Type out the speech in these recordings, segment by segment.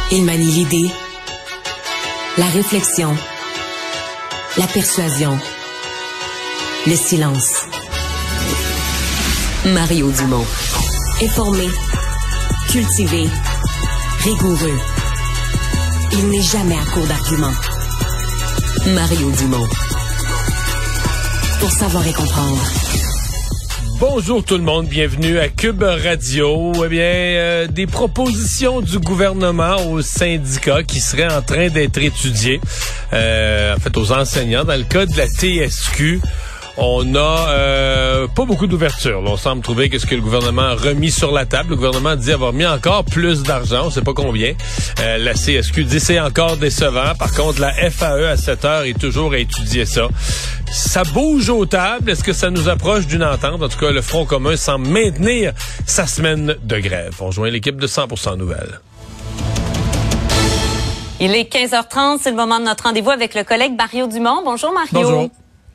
Il manie l'idée, la réflexion, la persuasion, le silence. Mario Dumont. Informé, cultivé, rigoureux. Il n'est jamais à court d'arguments. Mario Dumont. Pour savoir et comprendre. Bonjour tout le monde, bienvenue à Cube Radio. Eh bien, des propositions du gouvernement aux syndicats qui seraient en train d'être étudiées, en fait aux enseignants. Dans le cas de la TSQ, on a pas beaucoup d'ouverture. On semble trouver que ce que le gouvernement a remis sur la table, le gouvernement dit avoir mis encore plus d'argent, on sait pas combien. La CSQ dit c'est encore décevant. Par contre, la FAE à 7 heures est toujours à étudier ça. Ça bouge aux tables. Est-ce que ça nous approche d'une entente? En tout cas, le Front commun semble maintenir sa semaine de grève. On rejoint l'équipe de 100% Nouvelles. Il est 15h30, c'est le moment de notre rendez-vous avec le collègue Mario Dumont. Bonjour Mario. Bonjour.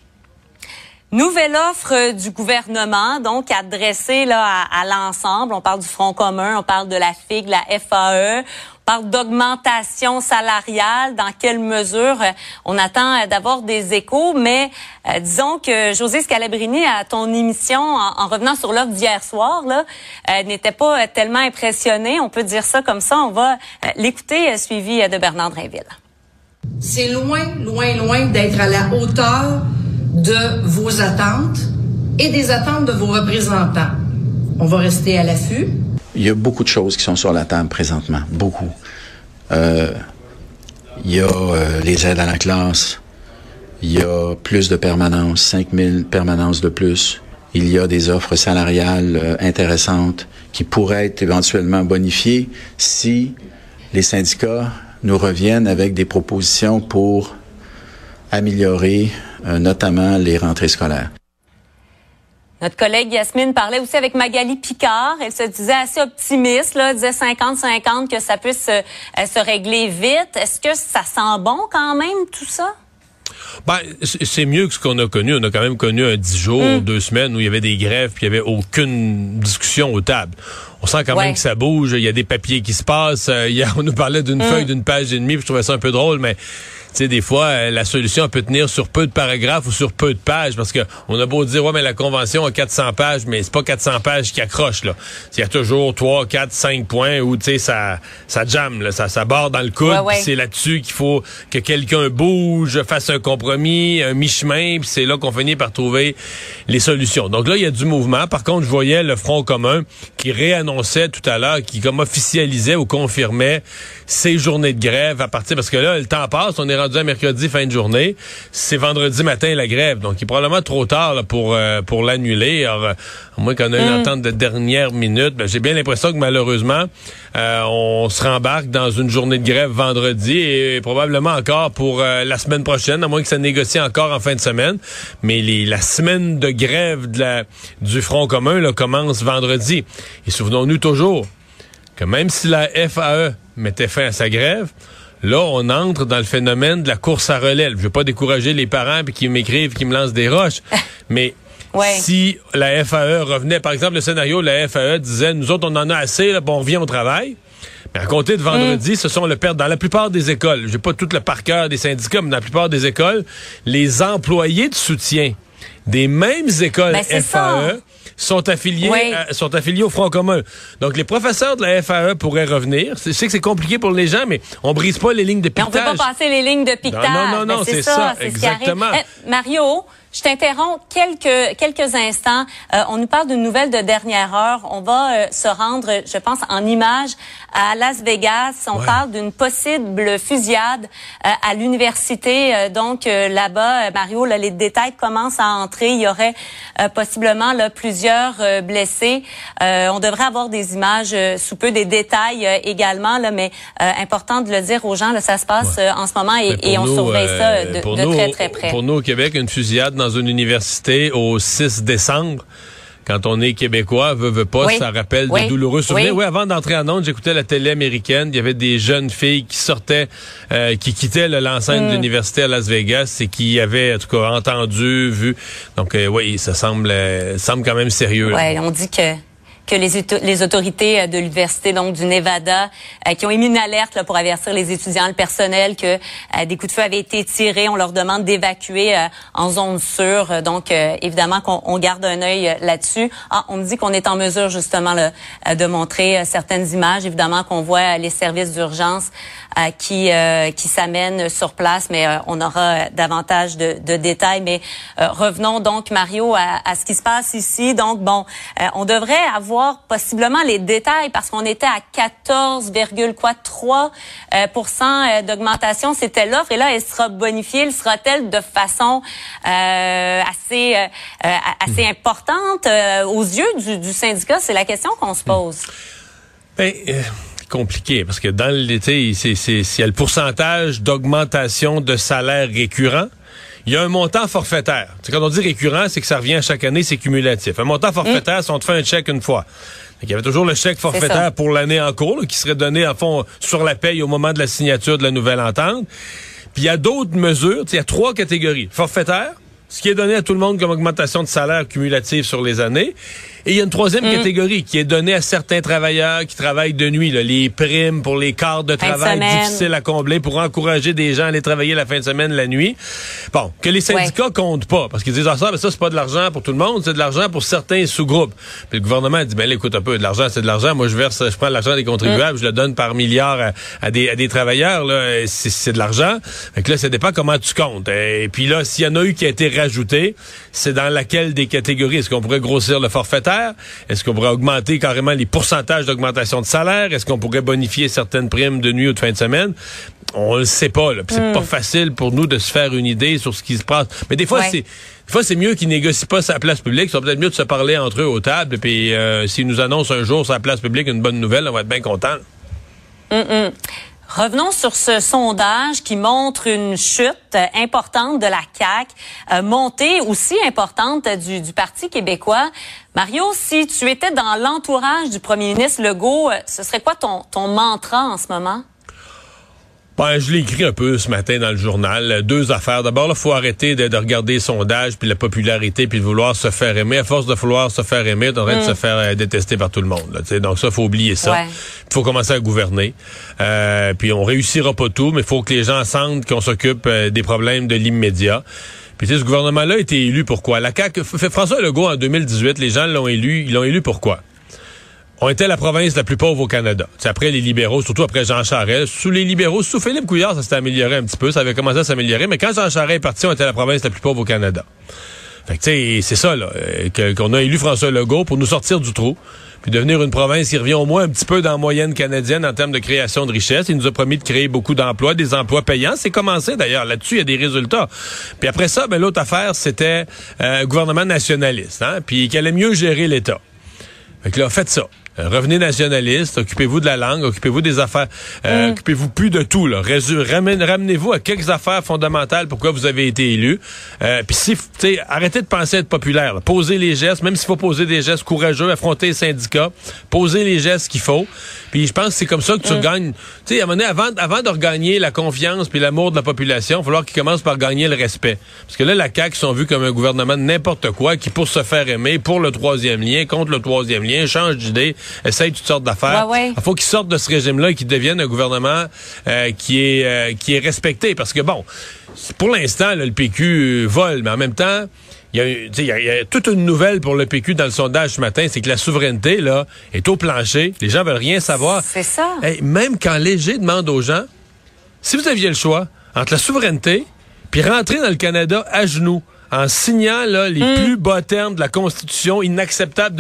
Nouvelle offre du gouvernement, donc adressée là à l'ensemble. On parle du Front commun, on parle de la FIG, la FAE, on parle d'augmentation salariale. Dans quelle mesure on attend d'avoir des échos? Mais disons que Josée Scalabrini, à ton émission, en revenant sur l'offre d'hier soir, là, n'était pas tellement impressionnée. On peut dire ça comme ça. On va l'écouter, suivi de Bernard Drinville. C'est loin d'être à la hauteur de vos attentes et des attentes de vos représentants. On va rester à l'affût. Il y a beaucoup de choses qui sont sur la table présentement. Beaucoup. Il y a les aides à la classe. Il y a plus de permanences, 5000 permanences de plus. Il y a des offres salariales intéressantes qui pourraient être éventuellement bonifiées si les syndicats nous reviennent avec des propositions pour améliorer notamment les rentrées scolaires. Notre collègue Yasmine parlait aussi avec Magali Picard. Elle se disait assez optimiste, là, disait 50-50 que ça puisse se régler vite. Est-ce que ça sent bon quand même, tout ça? Ben, c'est mieux que ce qu'on a connu. On a quand même connu un 10 jours, 2 semaines où il y avait des grèves puis il y avait aucune discussion aux tables. On sent quand même que ça bouge. Il y a des papiers qui se passent. Hier, on nous parlait d'une feuille d'une page et demie puis je trouvais ça un peu drôle, mais tu sais, des fois, la solution peut tenir sur peu de paragraphes ou sur peu de pages, parce que on a beau dire, ouais, mais la convention a 400 pages, mais c'est pas 400 pages qui accrochent, là. Il y a toujours 3, 4, 5 points où, tu sais, ça jamme, là, ça barre dans le coude, puis c'est là-dessus qu'il faut que quelqu'un bouge, fasse un compromis, un mi-chemin, puis c'est là qu'on finit par trouver les solutions. Donc là, il y a du mouvement. Par contre, je voyais le Front commun qui réannonçait tout à l'heure, qui comme officialisait ou confirmait ces journées de grève à partir, parce que là, le temps passe, on est rendu à mercredi fin de journée, c'est vendredi matin la grève, donc il est probablement trop tard là, pour l'annuler. Alors, à moins qu'on ait une entente de dernière minute, j'ai bien l'impression que malheureusement, on se rembarque dans une journée de grève vendredi et probablement encore pour la semaine prochaine, à moins que ça négocie encore en fin de semaine. Mais la semaine de grève du Front commun là, commence vendredi. Et souvenons-nous toujours que même si la FAE mettait fin à sa grève, là, on entre dans le phénomène de la course à relève. Je veux pas décourager les parents qui m'écrivent, qui me lancent des roches, mais si la FAE revenait, par exemple, le scénario, la FAE disait, nous autres, on en a assez, là, bon, on revient au travail. Mais à compter de vendredi, ce sont dans la plupart des écoles, j'ai pas tout le par cœur des syndicats, mais dans la plupart des écoles, les employés de soutien des mêmes écoles FAE sont affiliés au Front commun. Donc, les professeurs de la FAE pourraient revenir. Je sais que c'est compliqué pour les gens, mais on brise pas les lignes de piquetage. Mais on peut pas passer les lignes de piquetage. Non, c'est ça, exactement. Mario, je t'interromps quelques instants. On nous parle d'une nouvelle de dernière heure. On va se rendre, je pense, en images à Las Vegas. On parle d'une possible fusillade à l'université. Donc là-bas, Mario, là, les détails commencent à entrer. Il y aurait possiblement là, plusieurs blessés. On devrait avoir des images sous peu, des détails également, là, mais important de le dire aux gens. Là, ça se passe en ce moment et on surveille ça de très, très près. Pour nous, au Québec, une fusillade dans une université au 6 décembre, quand on est québécois, veut pas, ça rappelle de douloureux souvenirs. Oui, avant d'entrer en ondes, j'écoutais la télé américaine. Il y avait des jeunes filles qui sortaient, qui quittaient l'enceinte de l'université à Las Vegas et qui avaient, en tout cas, entendu, vu. Donc, oui, ça semble quand même sérieux. Oui, on dit que que les autorités de l'université donc du Nevada qui ont émis une alerte là, pour avertir les étudiants, le personnel que des coups de feu avaient été tirés. On leur demande d'évacuer en zone sûre. Donc évidemment qu'on garde un œil là-dessus. On me dit qu'on est en mesure justement là, de montrer certaines images. Évidemment qu'on voit les services d'urgence qui s'amènent sur place, mais on aura davantage de détails. Mais revenons donc, Mario, à ce qui se passe ici. Donc, bon, on devrait avoir possiblement les détails parce qu'on était à 14,3% d'augmentation. C'était l'offre. Et là, elle sera bonifiée. Sera-t-elle de façon assez importante aux yeux du syndicat? C'est la question qu'on se pose. Compliqué parce que dans l'été, s'il y a le pourcentage d'augmentation de salaire récurrent, il y a un montant forfaitaire. Quand on dit récurrent, c'est que ça revient chaque année, c'est cumulatif. Un montant forfaitaire, si on te fait un chèque une fois. Il y avait toujours le chèque forfaitaire pour l'année en cours, là, qui serait donné en fond sur la paye au moment de la signature de la nouvelle entente. Puis il y a d'autres mesures. Il y a 3 catégories. Forfaitaire, ce qui est donné à tout le monde comme augmentation de salaire cumulative sur les années. Et il y a une 3e catégorie qui est donnée à certains travailleurs qui travaillent de nuit, là, les primes pour les quarts de travail difficiles à combler pour encourager des gens à aller travailler la fin de semaine, la nuit. Bon, que les syndicats comptent pas, parce qu'ils disent ça c'est pas de l'argent pour tout le monde, c'est de l'argent pour certains sous-groupes. Puis le gouvernement dit, écoute un peu, de l'argent, c'est de l'argent. Moi, je prends l'argent des contribuables, je le donne par milliard à des travailleurs, là, c'est de l'argent. Fait que là, ça dépend comment tu comptes. Et puis là, s'il y en a eu qui a été rajouté, c'est dans laquelle des catégories? Est-ce qu'on pourrait grossir le forfaitaire? Est-ce qu'on pourrait augmenter carrément les pourcentages d'augmentation de salaire? Est-ce qu'on pourrait bonifier certaines primes de nuit ou de fin de semaine? On le sait pas, là. Puis c'est pas facile pour nous de se faire une idée sur ce qui se passe. Mais des fois, c'est mieux qu'ils négocient pas sa place publique. C'est peut-être mieux de se parler entre eux aux tables. Puis s'ils nous annoncent un jour sa place publique une bonne nouvelle, on va être bien contents. Revenons sur ce sondage qui montre une chute importante de la CAQ, montée aussi importante du Parti québécois. Mario, si tu étais dans l'entourage du premier ministre Legault, ce serait quoi ton mantra en ce moment? Je l'ai écrit un peu ce matin dans le journal. 2 affaires. D'abord, il faut arrêter de regarder les sondages puis la popularité puis de vouloir se faire aimer. À force de vouloir se faire aimer, on est en train de se faire détester par tout le monde. Là, donc ça, il faut oublier ça. Il faut commencer à gouverner. Puis on réussira pas tout, mais il faut que les gens sentent qu'on s'occupe des problèmes de l'immédiat. Puis ce gouvernement-là a été élu pourquoi? La CAQ, François Legault, en 2018, les gens l'ont élu. Ils l'ont élu pourquoi? On était la province la plus pauvre au Canada. T'sais, après les libéraux, surtout après Jean Charest. Sous les libéraux, sous Philippe Couillard, ça s'était amélioré un petit peu. Ça avait commencé à s'améliorer. Mais quand Jean Charest est parti, on était la province la plus pauvre au Canada. Fait que tu sais, c'est ça là, qu'on a élu François Legault pour nous sortir du trou, puis devenir une province qui revient au moins un petit peu dans la moyenne canadienne en termes de création de richesse. Il nous a promis de créer beaucoup d'emplois, des emplois payants. C'est commencé d'ailleurs. Là-dessus, il y a des résultats. Puis après ça, l'autre affaire, c'était un gouvernement nationaliste, puis qu'il allait mieux gérer l'État. Fait que là, faites ça. Revenez nationaliste, occupez-vous de la langue, occupez-vous des affaires, occupez-vous plus de tout, là. Ramenez-vous à quelques affaires fondamentales pourquoi vous avez été élu. Puis arrêtez de penser être populaire, là. Posez les gestes, même s'il faut poser des gestes courageux, affronter les syndicats, posez les gestes qu'il faut. Puis je pense que c'est comme ça que tu regagnes. Tu sais, à un moment donné, avant de regagner la confiance puis l'amour de la population, il va falloir qu'ils commencent par gagner le respect. Parce que là, la CAQ sont vus comme un gouvernement de n'importe quoi, qui pour se faire aimer, pour le 3e lien, contre le 3e lien, change d'idée, essaye toutes sortes d'affaires. Il faut qu'ils sortent de ce régime-là et qu'ils deviennent un gouvernement qui est respecté. Parce que bon, pour l'instant, là, le PQ vole, mais en même temps, il y a toute une nouvelle pour le PQ dans le sondage ce matin, c'est que la souveraineté là est au plancher. Les gens veulent rien savoir. C'est ça. Même quand Léger demande aux gens, si vous aviez le choix entre la souveraineté puis rentrer dans le Canada à genoux, en signant là, les plus bas termes de la Constitution inacceptable de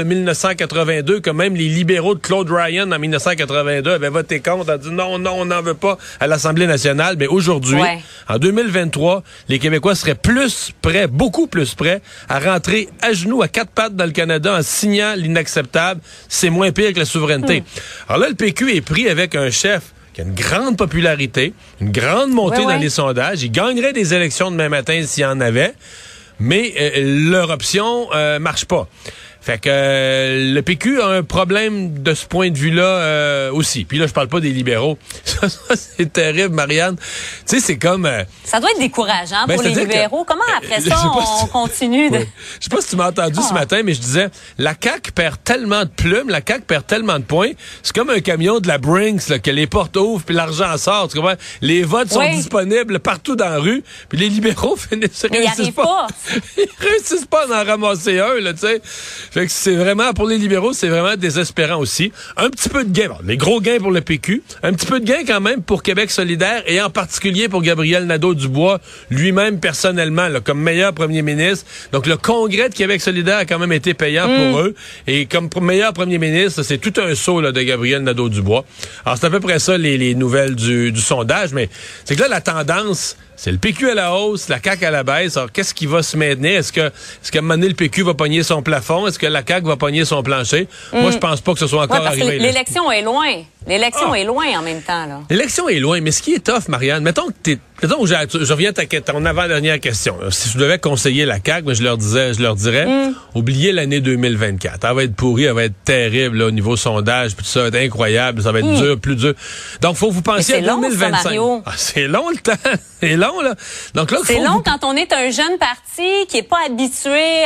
1982, que même les libéraux de Claude Ryan en 1982 avaient voté contre, en disant non, on n'en veut pas à l'Assemblée nationale. Mais aujourd'hui, en 2023, les Québécois seraient beaucoup plus prêts à rentrer à genoux, à 4 pattes dans le Canada en signant l'inacceptable. C'est moins pire que la souveraineté. Alors là, le PQ est pris avec un chef qui a une grande popularité, une grande montée dans les sondages. Il gagnerait des élections demain matin s'il y en avait. Mais leur option marche pas. Fait que le PQ a un problème de ce point de vue-là aussi. Puis là, je parle pas des libéraux. Ça c'est terrible, Marianne. Tu sais, c'est comme... ça doit être décourageant pour les libéraux. Comment après ça, on continue de... Ouais. Je sais pas si tu m'as entendu ce matin, mais je disais, la CAQ perd tellement de plumes, la CAQ perd tellement de points. C'est comme un camion de la Brinks, là, que les portes ouvrent puis l'argent sort. Tu comprends? Les votes sont disponibles partout dans la rue, puis les libéraux réussissent pas. Ils réussissent pas à en ramasser un, là, tu sais. Fait que c'est vraiment, pour les libéraux, c'est vraiment désespérant aussi. Un petit peu de gain, bon, les gros gains pour le PQ, un petit peu de gain quand même pour Québec solidaire et en particulier pour Gabriel Nadeau-Dubois, lui-même personnellement, là, comme meilleur premier ministre. Donc le congrès de Québec solidaire a quand même été payant pour eux. Et comme meilleur premier ministre, c'est tout un saut là, de Gabriel Nadeau-Dubois. Alors c'est à peu près ça les nouvelles du sondage, mais c'est que là, la tendance... C'est le PQ à la hausse, la CAQ à la baisse. Alors, qu'est-ce qui va se maintenir? Est-ce qu'à un moment donné, le PQ va pogner son plafond? Est-ce que la CAQ va pogner son plancher? Moi, je pense pas que ce soit encore arrivé. L'élection est loin. L'élection est loin en même temps, là. L'élection est loin, mais ce qui est tough, Marianne, mettons que je reviens à ton avant-dernière question. Si je devais conseiller la CAQ, mais je leur dirais, oubliez l'année 2024. Elle va être pourrie, elle va être terrible, là, au niveau sondage, puis tout ça va être incroyable, ça va être dur, plus dur. Donc, faut vous penser à 2025. C'est long, le temps. C'est long, là. Donc là, c'est long quand on est un jeune parti qui est pas habitué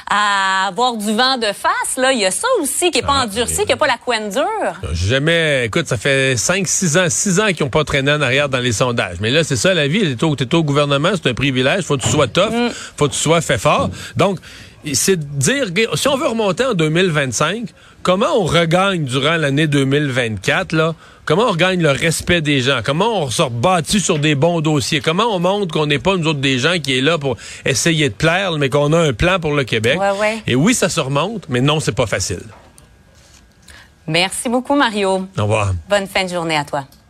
à avoir du vent de face, là. Il y a ça aussi, qui est pas endurci, qui a pas la couenne dure. Écoute, ça fait 6 ans qu'ils n'ont pas traîné en arrière dans les sondages. Mais là, c'est ça la vie. T'es au gouvernement, c'est un privilège. Faut que tu sois tough, faut que tu sois fait fort. Donc, c'est de dire, si on veut remonter en 2025, comment on regagne durant l'année 2024, là? Comment on regagne le respect des gens? Comment on se rebâtit sur des bons dossiers? Comment on montre qu'on n'est pas, nous autres, des gens qui est là pour essayer de plaire, mais qu'on a un plan pour le Québec? Ouais. Et oui, ça se remonte, mais non, c'est pas facile. Merci beaucoup, Mario. Au revoir. Bonne fin de journée à toi.